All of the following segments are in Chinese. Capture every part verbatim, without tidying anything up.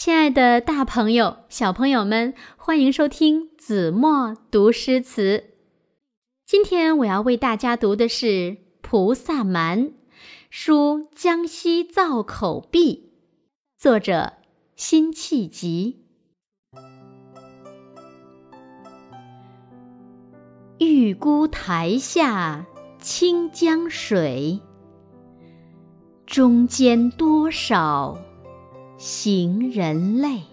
亲爱的大朋友、小朋友们，欢迎收听子墨读诗词。今天我要为大家读的是《菩萨蛮·书江西造口壁》，作者辛弃疾。玉孤台下清江水，中间多少行人泪。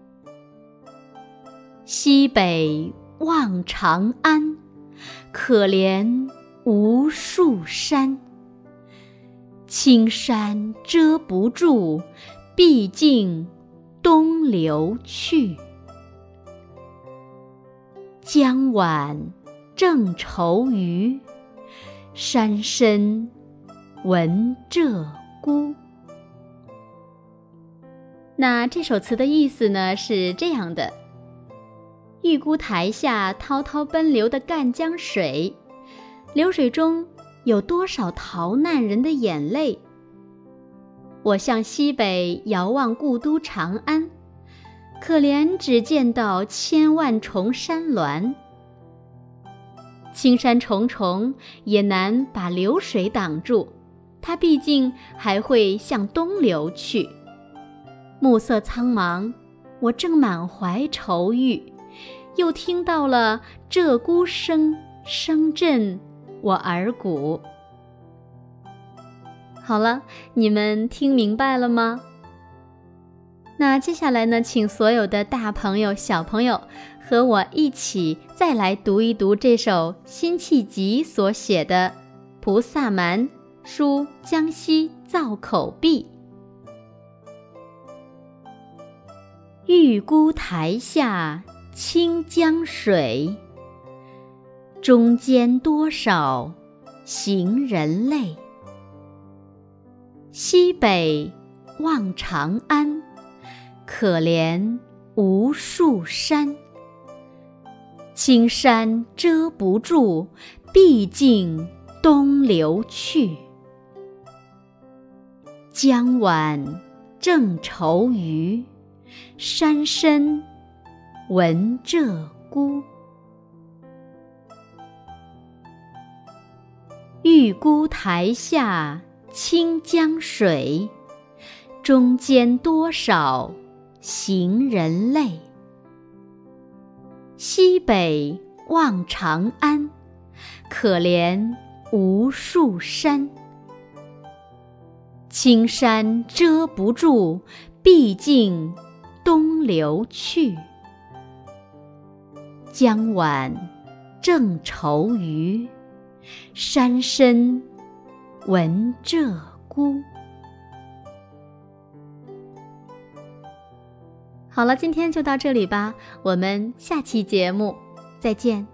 西北望长安，可怜无数山。青山遮不住，毕竟东流去。江晚正愁余，山深闻鹧鸪。那这首词的意思呢是这样的：玉孤台下滔滔奔流的赣江水，流水中有多少逃难人的眼泪。我向西北遥望故都长安，可怜只见到千万重山峦。青山重重，也难把流水挡住，它毕竟还会向东流去。暮色苍茫，我正满怀愁郁，又听到了鹧鸪声，声震我耳骨。好了，你们听明白了吗？那接下来呢，请所有的大朋友、小朋友和我一起再来读一读这首辛弃疾所写的《菩萨蛮·书江西造口壁》。玉孤台下清江水，中间多少行人泪。西北望长安，可怜无数山。青山遮不住，毕竟东流去。江晚正愁余，山深闻鹧鸪。玉孤台下清江水，中间多少行人泪。西北望长安，可怜无数山。青山遮不住，毕竟东流去。江晚正愁余，山深闻鹧鸪。好了，今天就到这里吧，我们下期节目再见。